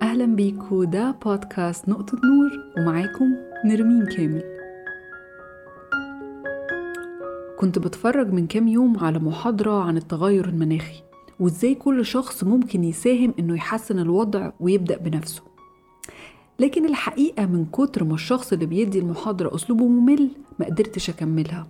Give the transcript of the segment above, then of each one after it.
أهلا بيكو، ده بودكاست نقطة نور ومعاكم نرمين كامل. كنت بتفرج من كام يوم على محاضرة عن التغير المناخي وإزاي كل شخص ممكن يساهم إنه يحسن الوضع ويبدأ بنفسه. لكن الحقيقة من كتر ما الشخص اللي بيدي المحاضرة أسلوبه ممل ما قدرتش أكملها.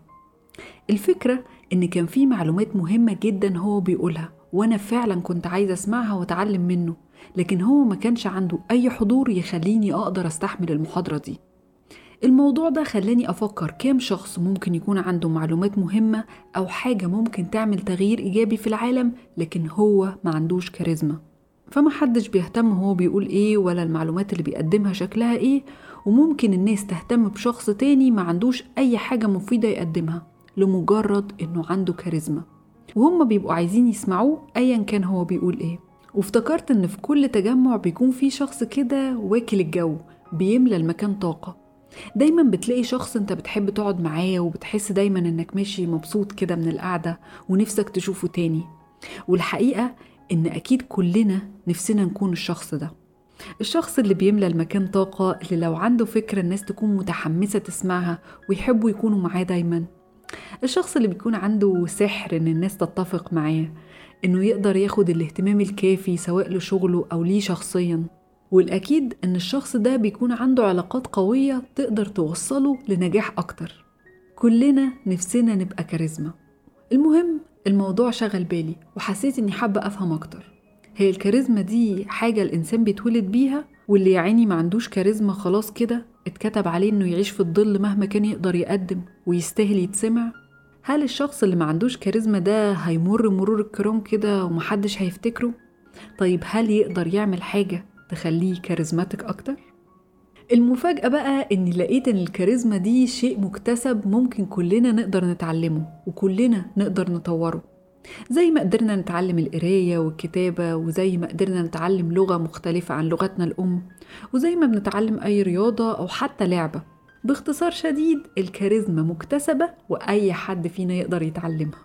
الفكرة إن كان في معلومات مهمة جدا هو بيقولها وأنا فعلا كنت عايزة أسمعها وأتعلم منه، لكن هو ما كانش عنده أي حضور يخليني أقدر أستحمل المحاضرة دي. الموضوع ده خلاني أفكر كام شخص ممكن يكون عنده معلومات مهمة أو حاجة ممكن تعمل تغيير إيجابي في العالم، لكن هو ما عندوش كاريزما. فما حدش بيهتم هو بيقول إيه ولا المعلومات اللي بيقدمها شكلها إيه، وممكن الناس تهتم بشخص تاني ما عندوش أي حاجة مفيدة يقدمها لمجرد إنه عنده كاريزما، وهم بيبقوا عايزين يسمعوه أيا كان هو بيقول إيه. وافتكرت إن في كل تجمع بيكون في شخص كده واكل الجو بيملى المكان طاقة. دايما بتلاقي شخص انت بتحب تقعد معاه وبتحس دايما انك ماشي مبسوط كده من القعدة ونفسك تشوفه تاني. والحقيقة ان اكيد كلنا نفسنا نكون الشخص ده، الشخص اللي بيملى المكان طاقة، اللي لو عنده فكرة الناس تكون متحمسة تسمعها ويحبوا يكونوا معاه دايما. الشخص اللي بيكون عنده سحر ان الناس تتفق معاه، انه يقدر ياخد الاهتمام الكافي سواء لشغله او ليه شخصيا. والأكيد إن الشخص ده بيكون عنده علاقات قوية تقدر توصله لنجاح أكتر. كلنا نفسنا نبقى كاريزما. المهم الموضوع شغل بالي وحسيت إني حابة أفهم أكتر. هي الكاريزما دي حاجة الإنسان بيتولد بيها، واللي يعيني ما عندوش كاريزما خلاص كده اتكتب عليه إنه يعيش في الظل مهما كان يقدر يقدم ويستاهل يتسمع؟ هل الشخص اللي ما عندوش كاريزما ده هيمر مرور الكرام كده ومحدش هيفتكره؟ طيب هل يقدر يعمل حاجة تخليه كاريزماتيك أكتر؟ المفاجأة بقى إني لقيت إن الكاريزما دي شيء مكتسب ممكن كلنا نقدر نتعلمه وكلنا نقدر نطوره، زي ما قدرنا نتعلم القراية والكتابة، وزي ما قدرنا نتعلم لغة مختلفة عن لغتنا الأم، وزي ما بنتعلم أي رياضة أو حتى لعبة. باختصار شديد الكاريزما مكتسبة وأي حد فينا يقدر يتعلمها.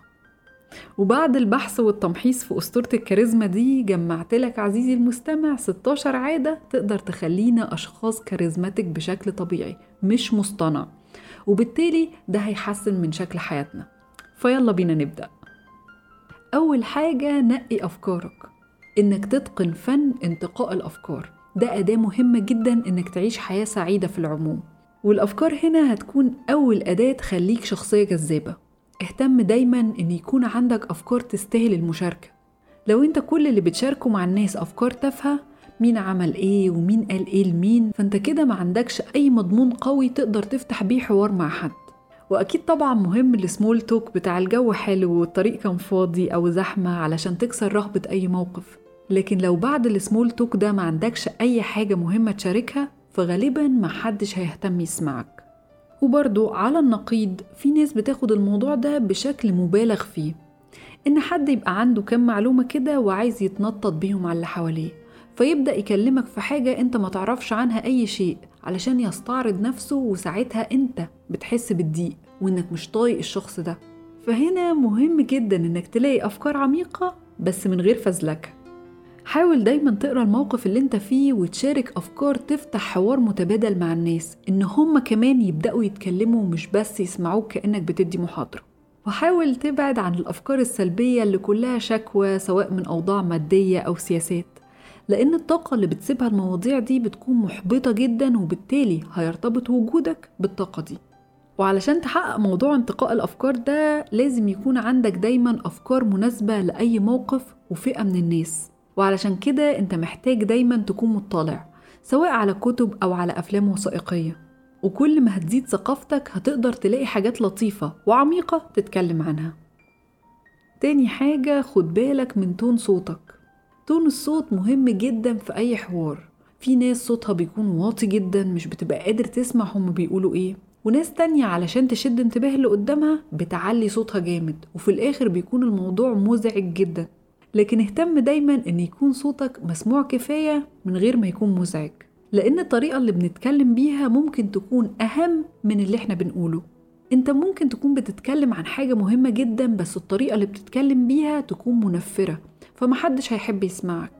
وبعد البحث والتمحيص في أسطورة الكاريزما دي جمعت لك عزيزي المستمع 16 عادة تقدر تخلينا أشخاص كاريزماتيك بشكل طبيعي مش مصطنع، وبالتالي ده هيحسن من شكل حياتنا. فيلا بينا نبدأ. أول حاجة، نقي أفكارك. إنك تتقن فن انتقاء الأفكار ده أداة مهمة جدا إنك تعيش حياة سعيدة في العموم، والأفكار هنا هتكون أول أداة تخليك شخصية جذابة. اهتم دايما ان يكون عندك افكار تستاهل المشاركة. لو انت كل اللي بتشاركه مع الناس افكار تافهة، مين عمل ايه ومين قال ايه لمين، فانت كده ما عندكش اي مضمون قوي تقدر تفتح بيه حوار مع حد. واكيد طبعا مهم السمول توك بتاع الجو حلو والطريق كان فاضي او زحمة علشان تكسر رهبة اي موقف. لكن لو بعد السمول توك ده ما عندكش اي حاجة مهمة تشاركها، فغالبا ما حدش هيهتم يسمعك. وبرضو على النقيض في ناس بتاخد الموضوع ده بشكل مبالغ فيه، إن حد يبقى عنده كم معلومة كده وعايز يتنطط بيهم على اللي حواليه، فيبدأ يكلمك في حاجة أنت ما تعرفش عنها أي شيء علشان يستعرض نفسه، وساعتها أنت بتحس بالضيق وإنك مش طايق الشخص ده. فهنا مهم جدا إنك تلاقي أفكار عميقة بس من غير فزلكة. حاول دايما تقرأ الموقف اللي انت فيه وتشارك أفكار تفتح حوار متبادل مع الناس، إن هم كمان يبدأوا يتكلموا مش بس يسمعوك كأنك بتدي محاضرة. وحاول تبعد عن الأفكار السلبية اللي كلها شكوى سواء من أوضاع مادية أو سياسات، لأن الطاقة اللي بتسيبها المواضيع دي بتكون محبطة جدا، وبالتالي هيرتبط وجودك بالطاقة دي. وعلشان تحقق موضوع انتقاء الأفكار ده لازم يكون عندك دايما أفكار مناسبة لأي موقف وفئة من الناس. وعلشان كده انت محتاج دايما تكون مطلع سواء على كتب أو على أفلام وثائقية، وكل ما هتزيد ثقافتك هتقدر تلاقي حاجات لطيفة وعميقة تتكلم عنها. تاني حاجة، خد بالك من تون صوتك. تون الصوت مهم جدا في أي حوار. في ناس صوتها بيكون واطي جدا مش بتبقى قادر تسمع هم بيقولوا ايه، وناس تانية علشان تشد انتباه اللي قدامها بتعلي صوتها جامد، وفي الآخر بيكون الموضوع مزعج جدا. لكن اهتم دايما ان يكون صوتك مسموع كفاية من غير ما يكون مزعج، لان الطريقة اللي بنتكلم بيها ممكن تكون اهم من اللي احنا بنقوله. انت ممكن تكون بتتكلم عن حاجة مهمة جدا بس الطريقة اللي بتتكلم بيها تكون منفرة، فمحدش هيحب يسمعك.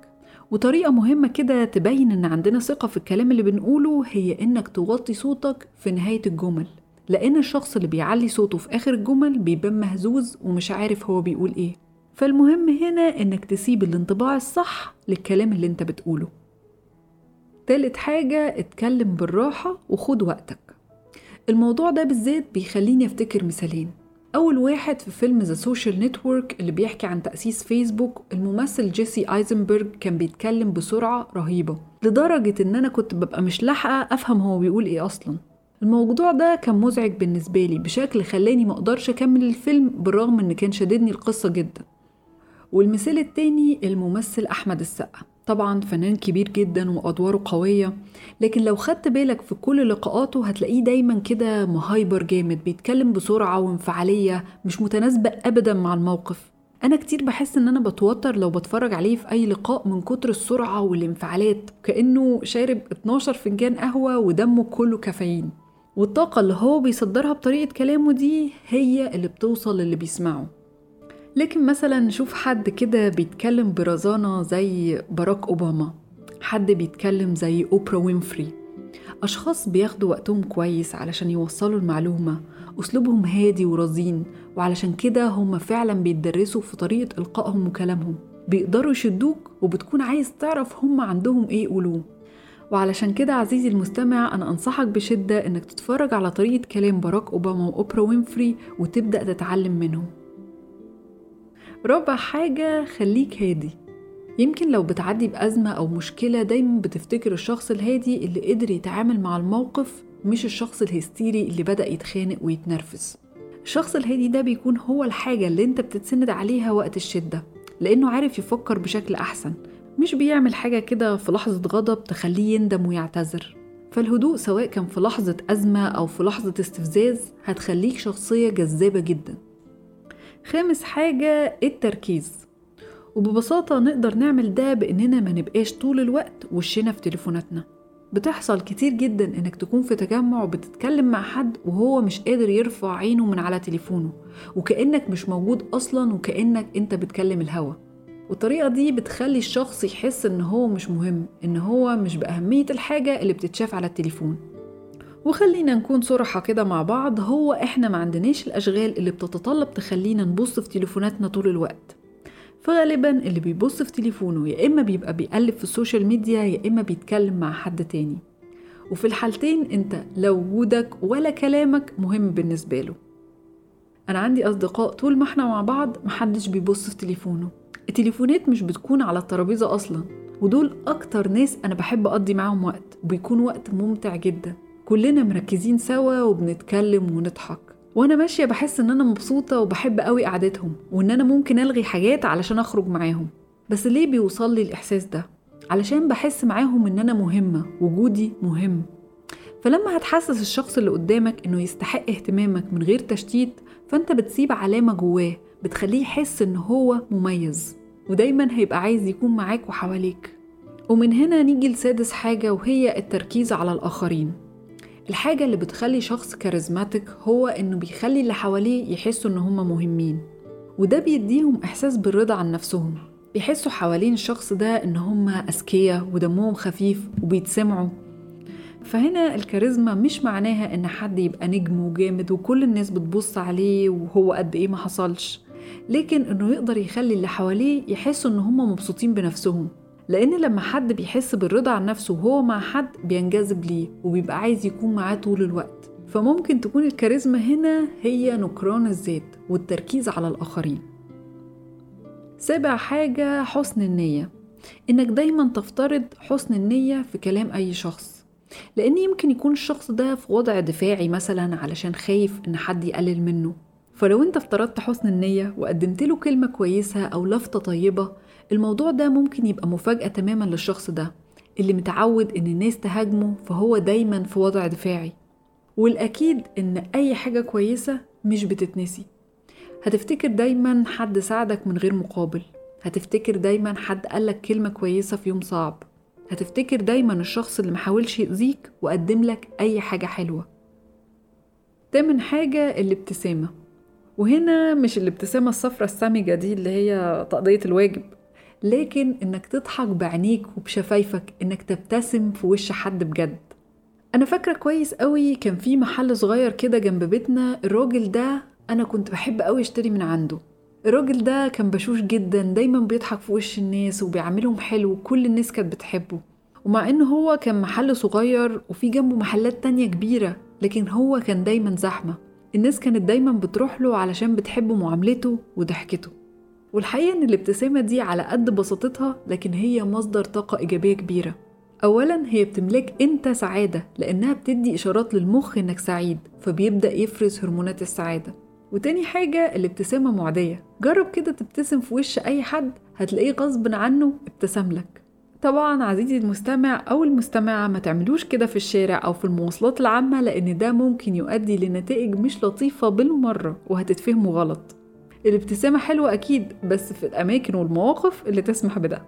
وطريقة مهمة كده تبين إن عندنا ثقة في الكلام اللي بنقوله هي إنك توطي صوتك في نهاية الجمل، لأن الشخص اللي بيعلي صوته في آخر الجمل بيبان مهزوز ومش عارف هو بيقول إيه. فالمهم هنا إنك تسيب الانطباع الصح للكلام اللي انت بتقوله. تالت حاجة، اتكلم بالراحة وخد وقتك. الموضوع ده بالذات بيخليني افتكر مثالين. أول واحد في فيلم ذا سوشيال نتورك اللي بيحكي عن تأسيس فيسبوك، الممثل جيسي ايزنبرغ كان بيتكلم بسرعة رهيبة لدرجة إن أنا كنت ببقى مش لاحقة أفهم هو بيقول إيه أصلا. الموضوع ده كان مزعج بالنسبة لي بشكل خلاني مقدرش أكمل الفيلم بالرغم إن كان شددني القصة جدا. والمثال التاني الممثل أحمد السقا، طبعا فنان كبير جدا وأدواره قوية، لكن لو خدت بالك في كل لقاءاته هتلاقيه دايما كده مهايبر جامد، بيتكلم بسرعة وانفعالية مش متناسبة أبدا مع الموقف. أنا كتير بحس إن أنا بتوتر لو بتفرج عليه في أي لقاء من كتر السرعة والانفعالات، كأنه شارب 12 فنجان قهوة ودمه كله كافيين، والطاقة اللي هو بيصدرها بطريقة كلامه دي هي اللي بتوصل للي بيسمعه. لكن مثلا نشوف حد كده بيتكلم برزانة زي باراك أوباما، حد بيتكلم زي أوبرا وينفري، أشخاص بياخدوا وقتهم كويس علشان يوصلوا المعلومة، أسلوبهم هادي ورزين، وعلشان كده هم فعلا بيتدرسوا في طريقة إلقائهم وكلامهم، بيقدروا يشدوك وبتكون عايز تعرف هم عندهم إيه يقولوه. وعلشان كده عزيزي المستمع، أنا أنصحك بشدة إنك تتفرج على طريقة كلام باراك أوباما وأوبرا وينفري وتبدأ تتعلم منهم. رابع حاجة، خليك هادي. يمكن لو بتعدي بأزمة أو مشكلة دايما بتفتكر الشخص الهادي اللي قدر يتعامل مع الموقف، مش الشخص الهستيري اللي بدأ يتخانق ويتنرفز. الشخص الهادي ده بيكون هو الحاجة اللي انت بتتسند عليها وقت الشدة، لأنه عارف يفكر بشكل أحسن، مش بيعمل حاجة كده في لحظة غضب تخليه يندم ويعتذر. فالهدوء سواء كان في لحظة أزمة أو في لحظة استفزاز هتخليك شخصية جذابة جدا. خامس حاجة، التركيز. وببساطة نقدر نعمل ده بإننا ما نبقاش طول الوقت وشنا في تليفوناتنا. بتحصل كتير جدا إنك تكون في تجمع وبتتكلم مع حد وهو مش قادر يرفع عينه من على تليفونه، وكأنك مش موجود أصلا وكأنك أنت بتكلم الهوا. والطريقة دي بتخلي الشخص يحس إن هو مش مهم، إن هو مش بأهمية الحاجة اللي بتتشاف على التليفون. وخلينا نكون صراحة كده مع بعض، هو إحنا ما عندناش الأشغال اللي بتتطلب تخلينا نبص في تليفوناتنا طول الوقت. فغالبا اللي بيبص في تليفونه يا إما بيبقى بيقلب في السوشيال ميديا يا إما بيتكلم مع حد تاني، وفي الحالتين انت لا وجودك ولا كلامك مهم بالنسبة له. أنا عندي أصدقاء طول ما احنا مع بعض محدش بيبص في تليفونه، التليفونات مش بتكون على الترابيزة أصلا، ودول أكتر ناس أنا بحب أقضي معاهم وقت، وبيكون وقت ممتع جدا، كلنا مركزين سوا وبنتكلم ونضحك، وانا ماشية بحس ان انا مبسوطة وبحب قوي قعدتهم، وان انا ممكن الغي حاجات علشان اخرج معاهم. بس ليه بيوصل لي الاحساس ده؟ علشان بحس معاهم ان انا مهمة، وجودي مهم. فلما هتحسس الشخص اللي قدامك انه يستحق اهتمامك من غير تشتيت، فانت بتسيب علامة جواه بتخليه يحس ان هو مميز، ودايما هيبقى عايز يكون معاك وحواليك. ومن هنا نيجي لسادس حاجة، وهي التركيز على الآخرين. الحاجة اللي بتخلي شخص كاريزماتيك هو إنه بيخلي اللي حواليه يحسوا إن هم مهمين، وده بيديهم إحساس بالرضا عن نفسهم، بيحسوا حوالين الشخص ده إن هم أذكياء ودمهم خفيف وبيتسمعوا. فهنا الكاريزما مش معناها إن حد يبقى نجم وجامد وكل الناس بتبص عليه وهو قد إيه ما حصلش، لكن إنه يقدر يخلي اللي حواليه يحسوا إن هم مبسوطين بنفسهم، لأن لما حد بيحس بالرضا عن نفسه وهو مع حد بينجذب ليه وبيبقى عايز يكون معاه طول الوقت. فممكن تكون الكاريزما هنا هي نكران الذات والتركيز على الآخرين. سابع حاجة، حسن النية. إنك دايما تفترض حسن النية في كلام أي شخص، لأن يمكن يكون الشخص ده في وضع دفاعي مثلا علشان خايف إن حد يقلل منه. فلو انت افترضت حسن النية وقدمت له كلمة كويسة أو لفتة طيبة، الموضوع ده ممكن يبقى مفاجأة تماما للشخص ده اللي متعود إن الناس تهاجمه، فهو دايما في وضع دفاعي. والأكيد إن أي حاجة كويسة مش بتتنسي. هتفتكر دايما حد ساعدك من غير مقابل، هتفتكر دايما حد قالك كلمة كويسة في يوم صعب، هتفتكر دايما الشخص اللي محاولش يأذيك وقدم لك أي حاجة حلوة. تامن حاجة، الابتسامة. وهنا مش الابتسامة الصفرة السامجة دي اللي هي تقضية الواجب، لكن إنك تضحك بعينيك وبشفايفك، إنك تبتسم في وش حد بجد. أنا فاكرة كويس قوي كان في محل صغير كده جنب بيتنا، الراجل ده أنا كنت بحب قوي اشتري من عنده. الراجل ده كان بشوش جدا، دايما بيضحك في وش الناس وبيعملهم حلو، كل الناس كانت بتحبه. ومع إنه هو كان محل صغير وفي جنبه محلات تانية كبيرة، لكن هو كان دايما زحمة. الناس كانت دايما بتروح له علشان بتحب معاملته وضحكته. والحقيقة إن الابتسامة دي على قد بساطتها لكن هي مصدر طاقة إيجابية كبيرة. أولاً هي بتملك أنت سعادة، لأنها بتدي إشارات للمخ إنك سعيد، فبيبدأ يفرز هرمونات السعادة. وتاني حاجة الابتسامة معدية. جرب كده تبتسم في وش أي حد، هتلاقيه غصب عنه ابتسم لك. طبعاً عزيزي المستمع أو المستمعة، ما تعملوش كده في الشارع أو في المواصلات العامة، لأن ده ممكن يؤدي لنتائج مش لطيفة بالمرة وهتتفهموا غلط. الابتسامة حلوة أكيد، بس في الأماكن والمواقف اللي تسمح بده.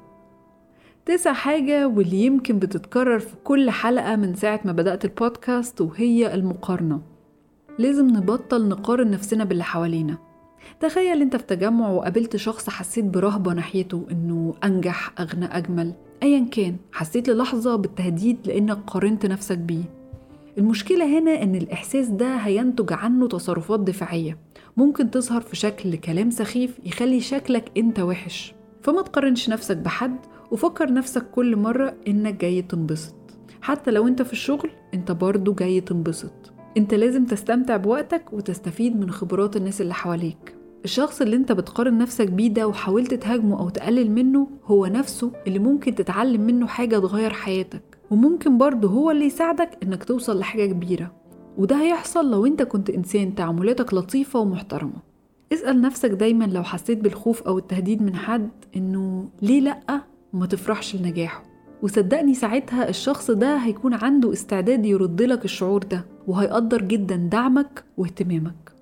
9 حاجة واللي يمكن بتتكرر في كل حلقة من ساعة ما بدأت البودكاست، وهي المقارنة. لازم نبطل نقارن نفسنا باللي حوالينا. تخيل انت في تجمع وقابلت شخص حسيت برهبة ناحيته، انه أنجح، أغنى، أجمل، أيا كان، حسيت للحظة بالتهديد لأنك قارنت نفسك بيه. المشكلة هنا ان الإحساس ده هينتج عنه تصرفات دفاعية ممكن تظهر في شكل كلام سخيف يخلي شكلك انت وحش. فما تقارنش نفسك بحد، وفكر نفسك كل مرة إنك جاي تنبسط. حتى لو أنت في الشغل أنت برضو جاي تنبسط. أنت لازم تستمتع بوقتك وتستفيد من خبرات الناس اللي حواليك. الشخص اللي أنت بتقارن نفسك بيه ده وحاولت تهاجمه أو تقلل منه، هو نفسه اللي ممكن تتعلم منه حاجة تغير حياتك، وممكن برضو هو اللي يساعدك إنك توصل لحاجة كبيرة. وده هيحصل لو أنت كنت إنسان تعاملاتك لطيفة ومحترمة. اسأل نفسك دايما لو حسيت بالخوف أو التهديد من حد، إنه ليه لأ وما تفرحش لنجاحه. وصدقني ساعتها الشخص ده هيكون عنده استعداد يردلك الشعور ده، وهيقدر جدا دعمك واهتمامك.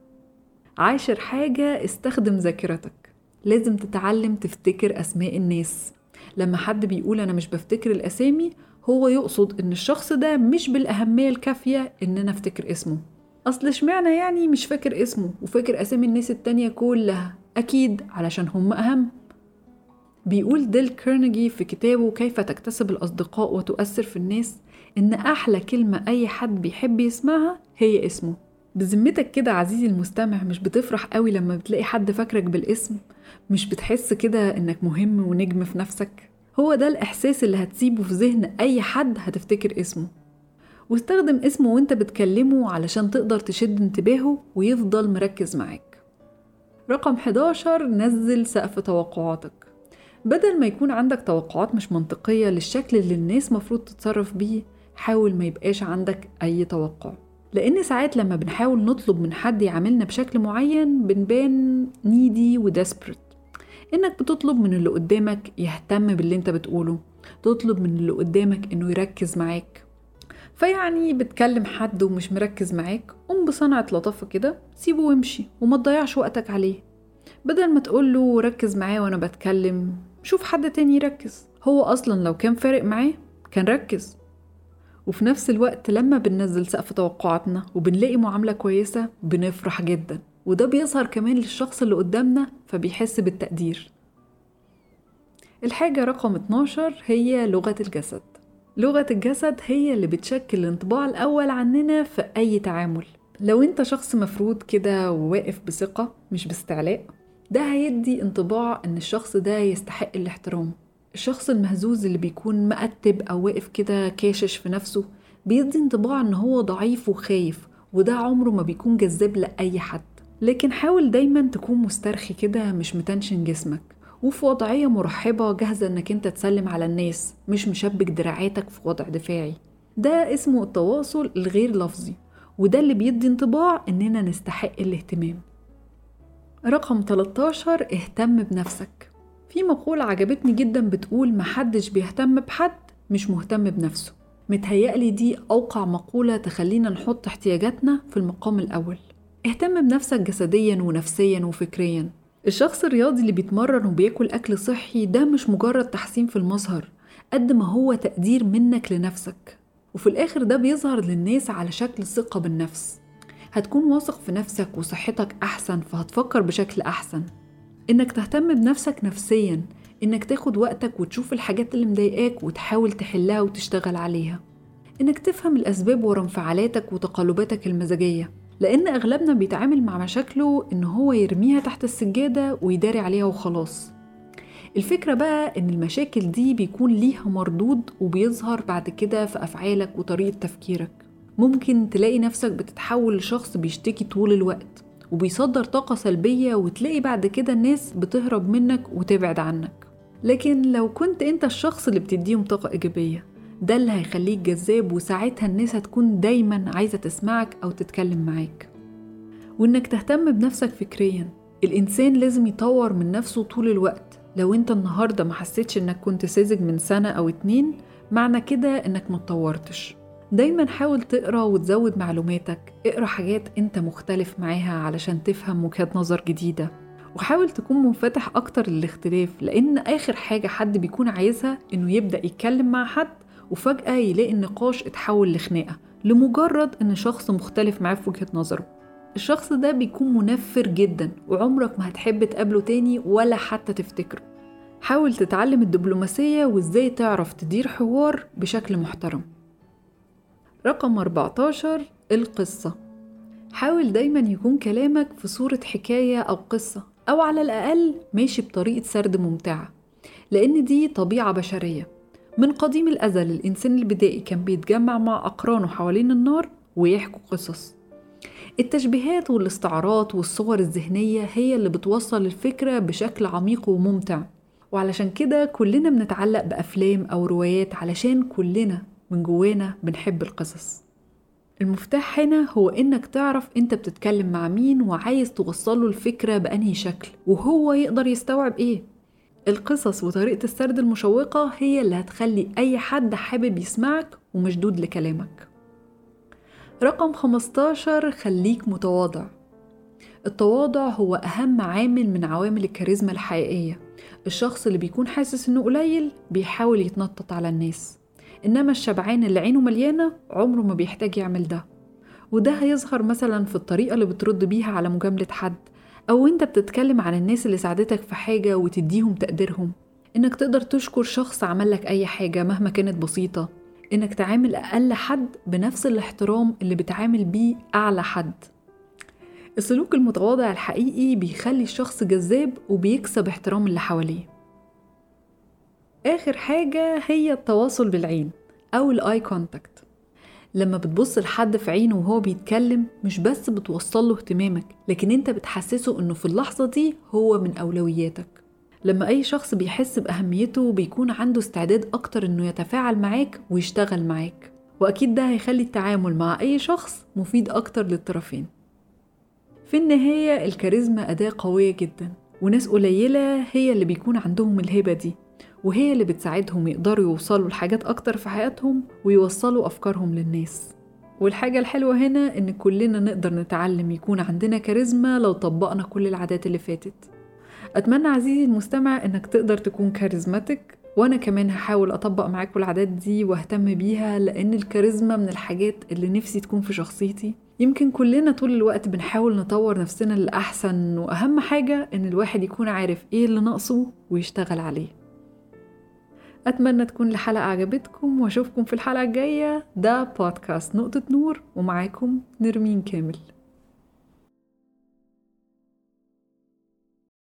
10 حاجة، استخدم ذاكرتك. لازم تتعلم تفتكر أسماء الناس. لما حد بيقول أنا مش بفتكر الأسامي، هو يقصد إن الشخص ده مش بالأهمية الكافية إن أنا أفتكر اسمه. أصل اشمعنى يعني مش فاكر اسمه وفاكر أسامي الناس التانية كلها؟ أكيد علشان هم أهم. بيقول ديل كارنيجي في كتابه كيف تكتسب الأصدقاء وتؤثر في الناس، إن أحلى كلمة أي حد بيحب يسمعها هي اسمه. بذمتك كده عزيزي المستمع، مش بتفرح قوي لما بتلاقي حد فاكرك بالاسم؟ مش بتحس كده إنك مهم ونجم في نفسك؟ هو ده الإحساس اللي هتسيبه في ذهن أي حد هتفتكر اسمه. واستخدم اسمه وانت بتكلمه علشان تقدر تشد انتباهه ويفضل مركز معاك. رقم 11، نزل سقف توقعاتك. بدل ما يكون عندك توقعات مش منطقية للشكل اللي الناس مفروض تتصرف بيه، حاول ما يبقاش عندك أي توقع. لأن ساعات لما بنحاول نطلب من حد يعاملنا بشكل معين بنبان نيدي وديسبريت. إنك بتطلب من اللي قدامك يهتم باللي انت بتقوله، تطلب من اللي قدامك إنه يركز معاك. فيعني بتكلم حد ومش مركز معاك، قم بصنعة لطافة كده، سيبه وامشي وما تضيعش وقتك عليه. بدل ما تقوله ركز معاه وانا بتكلم، شوف حد تاني يركز. هو اصلا لو كان فارق معاه كان ركز. وفي نفس الوقت لما بننزل سقف توقعاتنا وبنلاقي معاملة كويسة بنفرح جدا، وده بيظهر كمان للشخص اللي قدامنا فبيحس بالتقدير. الحاجة رقم 12 هي لغة الجسد. لغة الجسد هي اللي بتشكل الانطباع الأول عننا في أي تعامل. لو انت شخص مفروض كده وواقف بثقة مش باستعلاء، ده هيدي انطباع ان الشخص ده يستحق الاحترام. الشخص المهزوز اللي بيكون مقتب أو واقف كده كاشش في نفسه بيدي انطباع ان هو ضعيف وخايف، وده عمره ما بيكون جذاب لأي حد. لكن حاول دايما تكون مسترخي كده، مش متنشن جسمك، وفي وضعية مرحبة جاهزة انك انت تسلم على الناس، مش مشبك دراعاتك في وضع دفاعي. ده اسمه التواصل الغير لفظي، وده اللي بيدي انطباع اننا نستحق الاهتمام. رقم 13، اهتم بنفسك. في مقولة عجبتني جدا بتقول محدش بيهتم بحد مش مهتم بنفسه. متهيألي دي أوقع مقولة تخلينا نحط احتياجاتنا في المقام الأول. اهتم بنفسك جسديا ونفسيا وفكريا. الشخص الرياضي اللي بيتمرن وبياكل أكل صحي ده مش مجرد تحسين في المظهر، قد ما هو تقدير منك لنفسك، وفي الآخر ده بيظهر للناس على شكل ثقة بالنفس. هتكون واثق في نفسك وصحتك أحسن، فهتفكر بشكل أحسن. إنك تهتم بنفسك نفسيا، إنك تاخد وقتك وتشوف الحاجات اللي مضايقاك وتحاول تحلها وتشتغل عليها. إنك تفهم الأسباب ورا انفعالاتك وتقلباتك المزاجية، لأن أغلبنا بيتعامل مع مشاكله إن هو يرميها تحت السجادة ويداري عليها وخلاص. الفكرة بقى إن المشاكل دي بيكون ليها مردود وبيظهر بعد كده في أفعالك وطريقة تفكيرك. ممكن تلاقي نفسك بتتحول لشخص بيشتكي طول الوقت وبيصدر طاقة سلبية، وتلاقي بعد كده الناس بتهرب منك وتبعد عنك. لكن لو كنت انت الشخص اللي بتديهم طاقة إيجابية، ده اللي هيخليك جذاب، وساعتها الناس هتكون دايما عايزة تسمعك أو تتكلم معاك. وإنك تهتم بنفسك فكريا. الإنسان لازم يطور من نفسه طول الوقت. لو انت النهاردة ما حسيتش انك كنت ساذج من سنة أو 2، معنى كده انك ما اتطورتش. دايما حاول تقرأ وتزود معلوماتك، اقرأ حاجات انت مختلف معاها علشان تفهم وجهات نظر جديدة، وحاول تكون منفتح أكتر للاختلاف، لأن آخر حاجة حد بيكون عايزها إنه يبدأ يتكلم مع حد وفجأة يلاقي النقاش اتحول لخناقة لمجرد إن شخص مختلف معاه في وجهة نظره. الشخص ده بيكون منفر جدا، وعمرك ما هتحب تقابله تاني ولا حتى تفتكره. حاول تتعلم الدبلوماسية وإزاي تعرف تدير حوار بشكل محترم. رقم 14، القصة. حاول دايما يكون كلامك في صورة حكاية أو قصة، أو على الأقل ماشي بطريقة سرد ممتعة، لأن دي طبيعة بشرية. من قديم الأزل الإنسان البدائي كان بيتجمع مع أقرانه حوالين النار ويحكوا قصص. التشبيهات والاستعارات والصور الذهنية هي اللي بتوصل الفكرة بشكل عميق وممتع، وعلشان كده كلنا بنتعلق بأفلام أو روايات، علشان كلنا من جوانا بنحب القصص. المفتاح هنا هو إنك تعرف أنت بتتكلم مع مين وعايز توصله الفكرة بأنهي شكل، وهو يقدر يستوعب إيه. القصص وطريقة السرد المشوقة هي اللي هتخلي أي حد حابب يسمعك ومشدود لكلامك. رقم 15، خليك متواضع. التواضع هو أهم عامل من عوامل الكاريزما الحقيقية. الشخص اللي بيكون حاسس إنه قليل بيحاول يتنطط على الناس، إنما الشبعان اللي عينه مليانة عمره ما بيحتاج يعمل ده. وده هيظهر مثلا في الطريقة اللي بترد بيها على مجاملة حد، أو إنت بتتكلم عن الناس اللي ساعدتك في حاجة وتديهم تقديرهم. إنك تقدر تشكر شخص عملك أي حاجة مهما كانت بسيطة. إنك تعامل أقل حد بنفس الاحترام اللي بتعامل بيه أعلى حد. السلوك المتواضع الحقيقي بيخلي الشخص جذاب وبيكسب احترام اللي حواليه. آخر حاجة هي التواصل بالعين أو الآي كونتاكت. لما بتبص لحد في عينه وهو بيتكلم، مش بس بتوصله اهتمامك، لكن انت بتحسسه انه في اللحظة دي هو من أولوياتك. لما أي شخص بيحس بأهميته بيكون عنده استعداد أكتر انه يتفاعل معاك ويشتغل معاك، وأكيد ده هيخلي التعامل مع أي شخص مفيد أكتر للطرفين. في النهاية الكاريزما أداة قوية جدا، وناس قليلة هي اللي بيكون عندهم الهبة دي، وهي اللي بتساعدهم يقدروا يوصلوا لحاجات أكتر في حياتهم ويوصلوا أفكارهم للناس. والحاجة الحلوة هنا إن كلنا نقدر نتعلم يكون عندنا كاريزما لو طبقنا كل العادات اللي فاتت. أتمنى عزيزي المستمع إنك تقدر تكون كاريزماتيك، وأنا كمان هحاول أطبق معاكم العادات دي واهتم بيها، لأن الكاريزما من الحاجات اللي نفسي تكون في شخصيتي. يمكن كلنا طول الوقت بنحاول نطور نفسنا للأحسن، وأهم حاجة إن الواحد يكون عارف إيه اللي ناقصه ويشتغل عليه. أتمنى تكون الحلقة عجبتكم، وأشوفكم في الحلقة الجاية. ده بودكاست نقطة نور، ومعاكم نرمين كامل.